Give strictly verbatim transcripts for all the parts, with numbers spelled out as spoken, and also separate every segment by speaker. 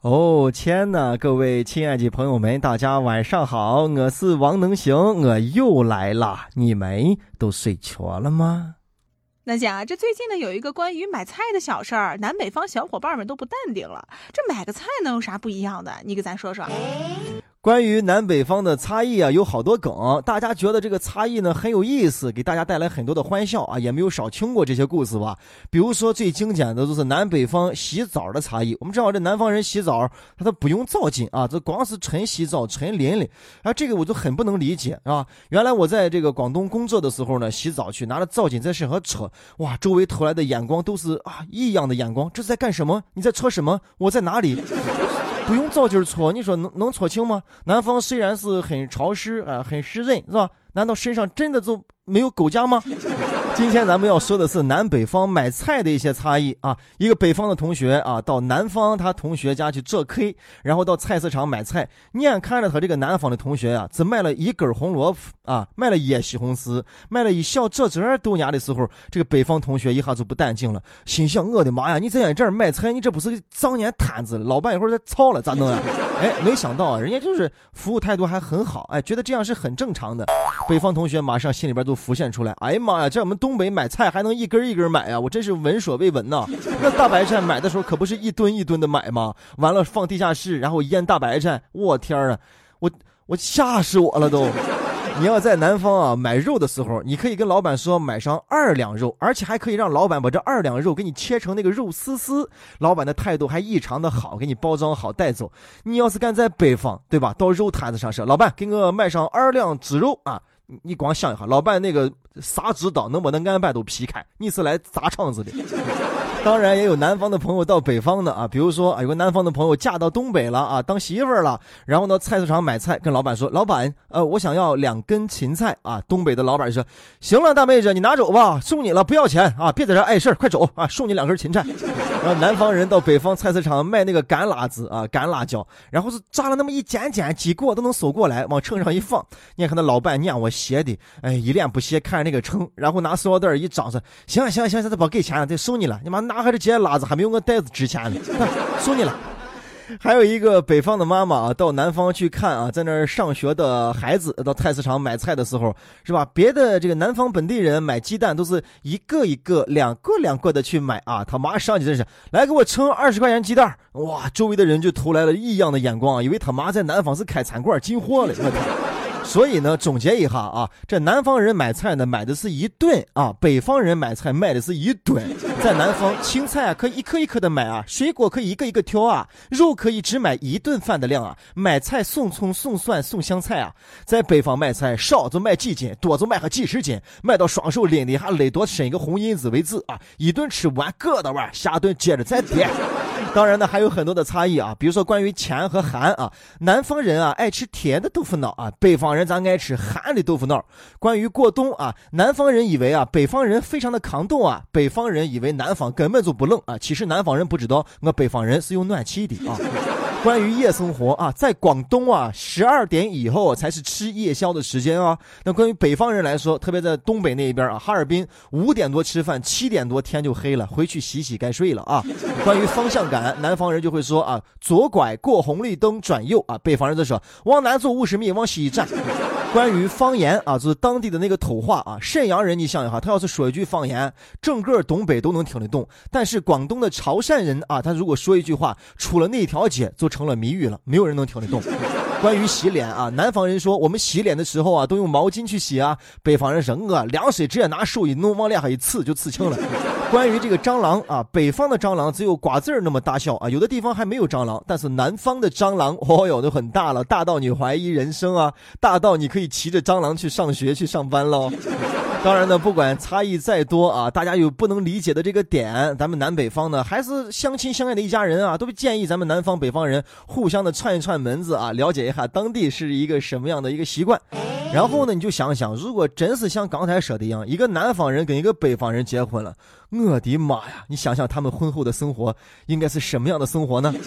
Speaker 1: 哦天哪，各位亲爱的朋友们，大家晚上好，我是王能行，我又来了，你们都睡着了吗？
Speaker 2: 那讲这最近呢有一个关于买菜的小事儿，南北方小伙伴们都不淡定了，这买个菜能有啥不一样的？你给咱说说。
Speaker 1: 关于南北方的差异啊，有好多梗，大家觉得这个差异呢很有意思，给大家带来很多的欢笑啊，也没有少听过这些故事吧。比如说最经典的就是南北方洗澡的差异。我们知道这南方人洗澡，他他不用澡巾啊，这光是纯洗澡、纯淋漓啊，这个我就很不能理解啊。原来我在这个广东工作的时候呢，洗澡去拿着澡巾在身上扯，哇，周围投来的眼光都是啊异样的眼光，这是在干什么？你在搓什么？我在哪里？不用澡巾搓，你说能能搓清吗？南方虽然是很潮湿啊、呃，很湿润，是吧？难道身上真的就没有狗夹吗？今天咱们要说的是南北方买菜的一些差异啊。一个北方的同学啊，到南方他同学家去做客，然后到菜市场买菜，眼看着他这个南方的同学啊，只卖了一根红萝卜啊，卖了一西红柿，卖了一小这这豆芽的时候，这个北方同学一下就不淡定了，心想我的妈呀，你在俺这儿卖菜，你这不是脏年摊子，老板一会儿再操了咋弄啊？哎，没想到啊，人家就是服务态度还很好，哎，觉得这样是很正常的。北方同学马上心里边都浮现出来，哎呀妈呀，在我们东北买菜还能一根一根买啊，我真是闻所未闻呐。那大白菜买的时候可不是一吨一吨的买吗？完了放地下室，然后腌大白菜，我天啊，我我吓死我了都。你要在南方啊买肉的时候，你可以跟老板说买上二两肉，而且还可以让老板把这二两肉给你切成那个肉丝丝，老板的态度还异常的好，给你包装好带走。你要是干在北方，对吧？到肉摊子上说，老板给我卖上二两猪肉啊，你光想一下，老板那个啥指导能把那案板都劈开，你是来砸场子的。当然也有南方的朋友到北方的啊，比如说啊，有个南方的朋友嫁到东北了啊，当媳妇儿了，然后到菜市场买菜，跟老板说，老板，呃，我想要两根芹菜啊。东北的老板说，行了，大妹子，你拿走吧，送你了，不要钱啊，别在这碍事儿，快走啊，送你两根芹菜。然后南方人到北方菜市场卖那个干辣子啊，干辣椒，然后是炸了那么一点点，几个都能搜过来，往秤上一放。你看那老板娘我斜的，哎，一脸不屑看着那个秤，然后拿塑料袋一张上，行行行，这不给钱了，这送你了，你妈拿还是这辣子还没有我袋子值钱呢，送你了。还有一个北方的妈妈啊，到南方去看啊，在那儿上学的孩子到菜市场买菜的时候，是吧？别的这个南方本地人买鸡蛋都是一个一个、两个两个的去买啊，他妈上去真是来给我称二十块钱鸡蛋，哇！周围的人就投来了异样的眼光啊，以为他妈在南方是开餐馆进货了，我天！所以呢，总结一下啊，这南方人买菜呢，买的是一吨啊，北方人买菜卖的是一吨。在南方，青菜啊可以一颗一颗的买啊，水果可以一个一个挑啊，肉可以只买一顿饭的量啊，买菜送葱送蒜送香菜啊。在北方买菜，少就卖几斤，多就卖个几十斤，卖到双手拎的还勒多伸一个红印子为止啊，一顿吃完疙瘩完，下顿接着再点。当然呢，还有很多的差异啊，比如说关于甜和寒啊，南方人啊爱吃甜的豆腐脑啊，北方人咱爱吃寒的豆腐脑。关于过冬啊，南方人以为啊北方人非常的抗冻啊，北方人以为南方根本就不冷啊，其实南方人不知道我北方人是有暖气的啊。关于夜生活啊，在广东啊，十二点以后才是吃夜宵的时间啊。那关于北方人来说，特别在东北那一边啊，哈尔滨五点多吃饭，七点多天就黑了，回去洗洗该睡了啊。关于方向感，南方人就会说啊，左拐过红绿灯转右啊，北方人就说往南走五十米往西站。关于方言啊，就是当地的那个土话啊，沈阳人你想一下，他要是说一句方言，整个东北都能听得懂，但是广东的潮汕人啊，他如果说一句话，出了那条街就成了谜语了，没有人能听得懂。关于洗脸啊，南方人说我们洗脸的时候啊都用毛巾去洗啊，北方人说我凉水直接拿手一弄往脸上一刺就刺青了。关于这个蟑螂啊，北方的蟑螂只有瓜子儿那么大小啊，有的地方还没有蟑螂，但是南方的蟑螂哦哟都很大了，大到你怀疑人生啊，大到你可以骑着蟑螂去上学去上班喽。当然呢，不管差异再多啊，大家有不能理解的这个点，咱们南北方呢还是相亲相爱的一家人啊，都建议咱们南方北方人互相的串一串门子啊，了解一下当地是一个什么样的一个习惯。然后呢，你就想想，如果真是像刚才说的一样，一个南方人跟一个北方人结婚了，我的妈呀，你想想他们婚后的生活应该是什么样的生活呢？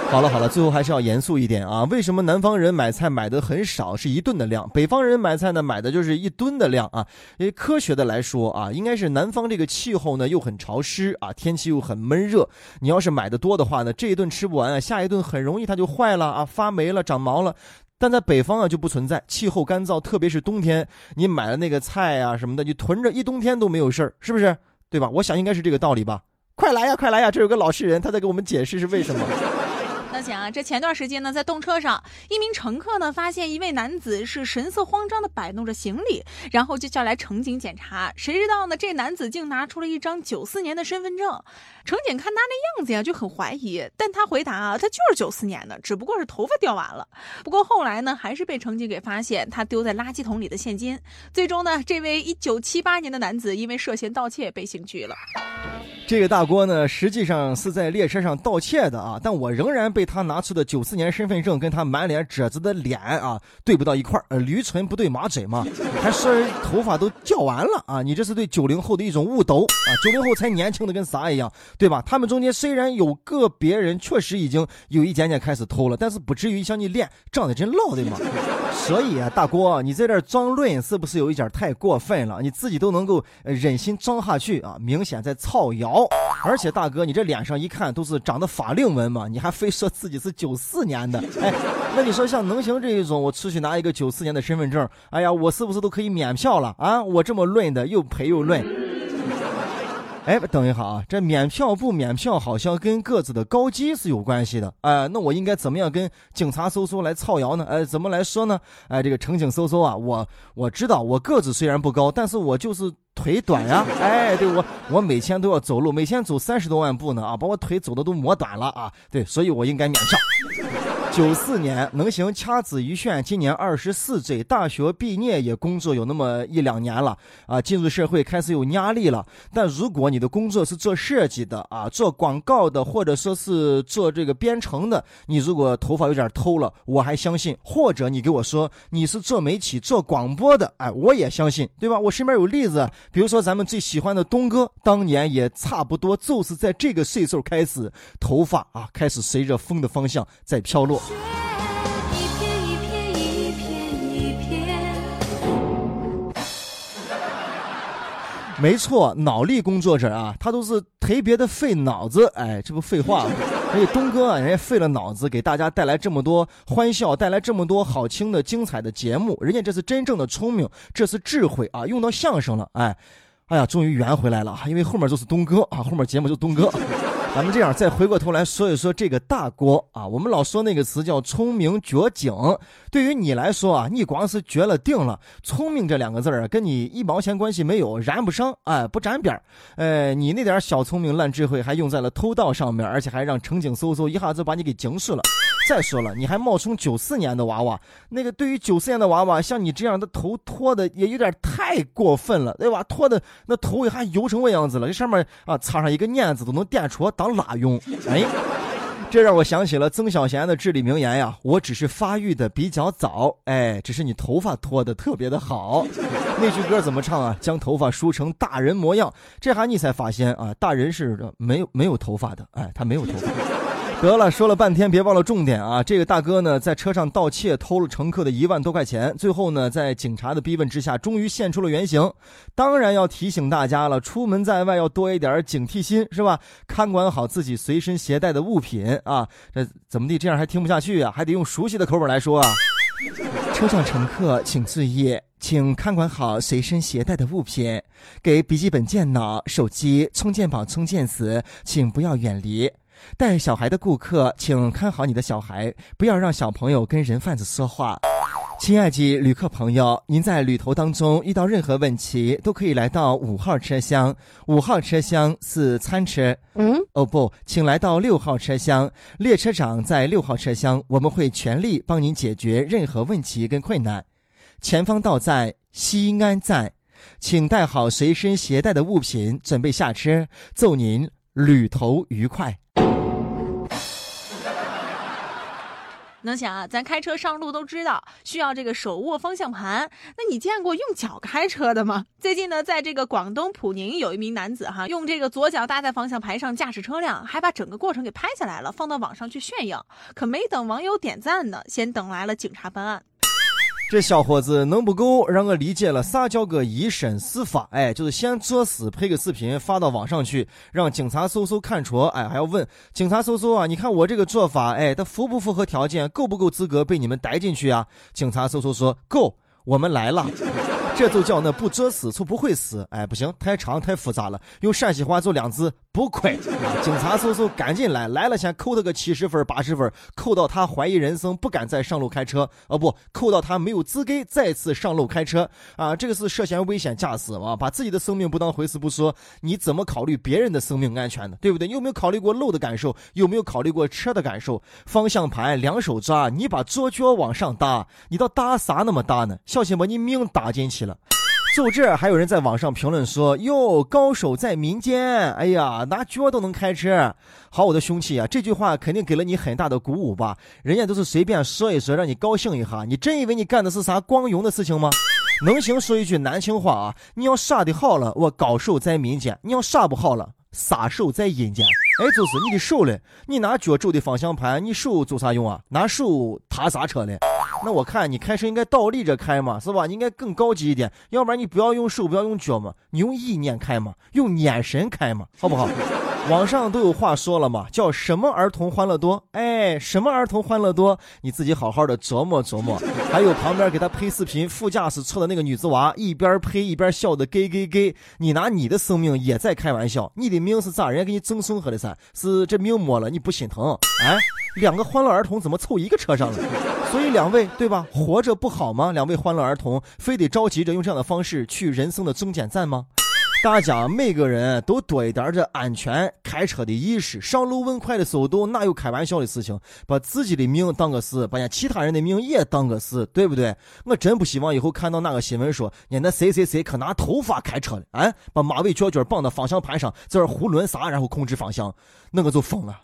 Speaker 1: 好了好了，最后还是要严肃一点啊！为什么南方人买菜买的很少，是一顿的量？北方人买菜呢，买的就是一吨的量啊！因为科学的来说啊，应该是南方这个气候呢又很潮湿啊，天气又很闷热。你要是买的多的话呢，这一顿吃不完啊，下一顿很容易它就坏了啊，发霉了，长毛了。但在北方啊就不存在，气候干燥，特别是冬天，你买了那个菜啊什么的，你囤着一冬天都没有事儿，是不是？对吧？我想应该是这个道理吧。快来呀，快来呀！这有个老实人，他在给我们解释是为什么。
Speaker 2: 那讲啊，这前段时间呢，在动车上，一名乘客呢发现一位男子是神色慌张的摆弄着行李，然后就叫来乘警检查。谁知道呢，这男子竟拿出了一张九四年的身份证。乘警看他那样子呀，就很怀疑，但他回答啊，他就是九四年的，只不过是头发掉完了。不过后来呢，还是被乘警给发现他丢在垃圾桶里的现金。最终呢，这位一九七八年的男子因为涉嫌盗窃被刑拘了。
Speaker 1: 这个大锅呢，实际上是在列车上盗窃的啊，但我仍然被他拿出的九四年身份证跟他满脸褶子的脸啊对不到一块儿，呃，驴唇不对马嘴嘛，还说人头发都掉完了啊！你这是对九零后的一种误导啊！九零后才年轻的跟啥一样，对吧？他们中间虽然有个别人确实已经有一点点开始偷了，但是不至于像你脸长得真老的嘛。所以啊，大锅，你在这装论是不是有一点太过分了？你自己都能够忍心装下去啊，明显在造谣。而且大哥，你这脸上一看都是长的法令纹嘛，你还非说自己是九四年的，哎，那你说像能行这一种，我出去拿一个九四年的身份证，哎呀，我是不是都可以免票了啊？我这么论的，又赔又论。哎，等一下啊，这免票不免票好像跟个子的高低是有关系的。哎、呃，那我应该怎么样跟警察搜搜来操谣呢？哎、呃，怎么来说呢？哎、呃，这个乘警搜搜啊，我我知道我个子虽然不高，但是我就是腿短呀。哎，对，我我每天都要走路，每天走三十多万步呢啊，把我腿走的都磨短了啊。对，所以我应该免票。九四年能行掐指一算，今年二十四岁，大学毕业也工作有那么一两年了啊，进入社会开始有压力了。但如果你的工作是做设计的啊，做广告的，或者说是做这个编程的，你如果头发有点秃了，我还相信。或者你给我说你是做媒体做广播的，哎，我也相信，对吧？我身边有例子，比如说咱们最喜欢的东哥，当年也差不多就是在这个岁数开始，头发啊开始随着风的方向在飘落。一片一片一片一片，没错，脑力工作者啊，他都是特别的费脑子。哎，这不废话吗？而且东哥啊，人家费了脑子给大家带来这么多欢笑，带来这么多好听的精彩的节目，人家这是真正的聪明，这是智慧啊，用到相声了。哎，哎呀，终于圆回来了，因为后面就是东哥啊，后面节目就东哥。咱们这样再回过头来说一说这个大锅啊，我们老说那个词叫聪明绝顶，对于你来说啊，你光是绝了定了，聪明这两个字啊，跟你一毛钱关系没有，染不上，哎，不沾边。呃，你那点小聪明烂智慧还用在了偷盗上面，而且还让乘警搜搜一下子把你给警示了。再说了，你还冒充九四年的娃娃，那个对于九四年的娃娃，像你这样的头拖的也有点太过分了，对吧？拖的那头也还油成那样子了，这上面啊插上一个捻子都能电戳当蜡用。哎，这让我想起了曾小贤的至理名言呀，我只是发育的比较早，哎，只是你头发拖的特别的好。那句歌怎么唱啊？将头发梳成大人模样。这还你才发现啊，大人是没有没有头发的，哎，他没有头发。得了，说了半天别忘了重点啊！这个大哥呢，在车上盗窃偷了乘客的一万多块钱，最后呢，在警察的逼问之下，终于现出了原形。当然要提醒大家了，出门在外要多一点警惕心，是吧？看管好自己随身携带的物品啊！这怎么地？这样还听不下去啊？还得用熟悉的口吻来说啊！车上乘客请注意，请看管好随身携带的物品，给笔记本电脑、手机充电宝充电时，请不要远离。带小孩的顾客，请看好你的小孩，不要让小朋友跟人贩子说话。亲爱的旅客朋友，您在旅途当中遇到任何问题，都可以来到五号车厢。五号车厢是餐车。嗯，哦不，请来到六号车厢。列车长在六号车厢，我们会全力帮您解决任何问题跟困难。前方到站西安站，请带好随身携带的物品，准备下车。祝您旅途愉快。
Speaker 2: 能想啊，咱开车上路都知道需要这个手握方向盘，那你见过用脚开车的吗？最近呢，在这个广东普宁有一名男子哈，用这个左脚搭在方向盘上驾驶车辆，还把整个过程给拍下来了，放到网上去炫耀。可没等网友点赞呢，先等来了警察办案。
Speaker 1: 这小伙子能不够让我理解了啥叫个一审司法？哎，就是先作死拍个视频发到网上去，让警察搜搜看戳，哎，还要问警察搜搜啊，你看我这个做法，哎，它符不符合条件，够不够资格被你们逮进去啊？警察搜搜说够，我们来了。这就叫那不作死就不会死。哎，不行，太长太复杂了，用陕西话就两字，不亏。警察搜搜赶紧来，来了先扣他个七十分八十分，扣到他怀疑人生不敢再上路开车，哦不，扣到他没有资格再次上路开车啊！这个是涉嫌危险驾驶啊，把自己的生命不当回事不说，你怎么考虑别人的生命安全呢？对不对？你有没有考虑过路的感受？有没有考虑过车的感受？方向盘两手抓，你把左脚往上搭，你到搭啥那么大呢？小心把你命搭进去了。就这还有人在网上评论说，哟，高手在民间，哎呀，拿脚都能开车。好，我的兄弟啊，这句话肯定给了你很大的鼓舞吧？人家都是随便说一说让你高兴一下，你真以为你干的是啥光荣的事情吗？能行说一句难听话啊，你要杀的好了，我高手在民间；你要杀不好了，杀手在阴间。哎，就是你的手嘞，你拿脚肘的方向盘，你手做啥用啊？拿手踏刹车嘞。那我看你开车应该倒立着开嘛，是吧？你应该更高级一点，要不然你不要用手，不要用脚嘛，你用意念开嘛，用眼神开嘛，好不好？网上都有话说了嘛，叫什么儿童欢乐多？哎，什么儿童欢乐多？你自己好好的琢磨琢磨。还有旁边给他拍视频，副驾驶坐的那个女子娃，一边拍一边笑的给给给，你拿你的生命也在开玩笑，你的命是咋人家给你赠送和的噻？是这命没了你不心疼？哎，两个欢乐儿童怎么凑一个车上了？所以两位对吧，活着不好吗？两位欢乐儿童非得着急着用这样的方式去人生的终点站吗？大家每个人都多一点的安全开车的意识，上路稳快的速度哪有开玩笑的事情？把自己的命当个事，把人其他人的命也当个事，对不对？我真不希望以后看到那个新闻说，你那谁谁谁可拿头发开车了，哎，把马尾卷卷绑到方向盘上，在这胡抡啥，然后控制方向，那个就疯了。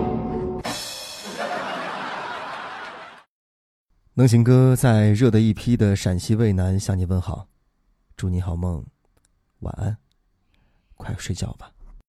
Speaker 1: 能行哥在热得一批的陕西渭南向你问好，祝你好梦，晚安，快睡觉吧。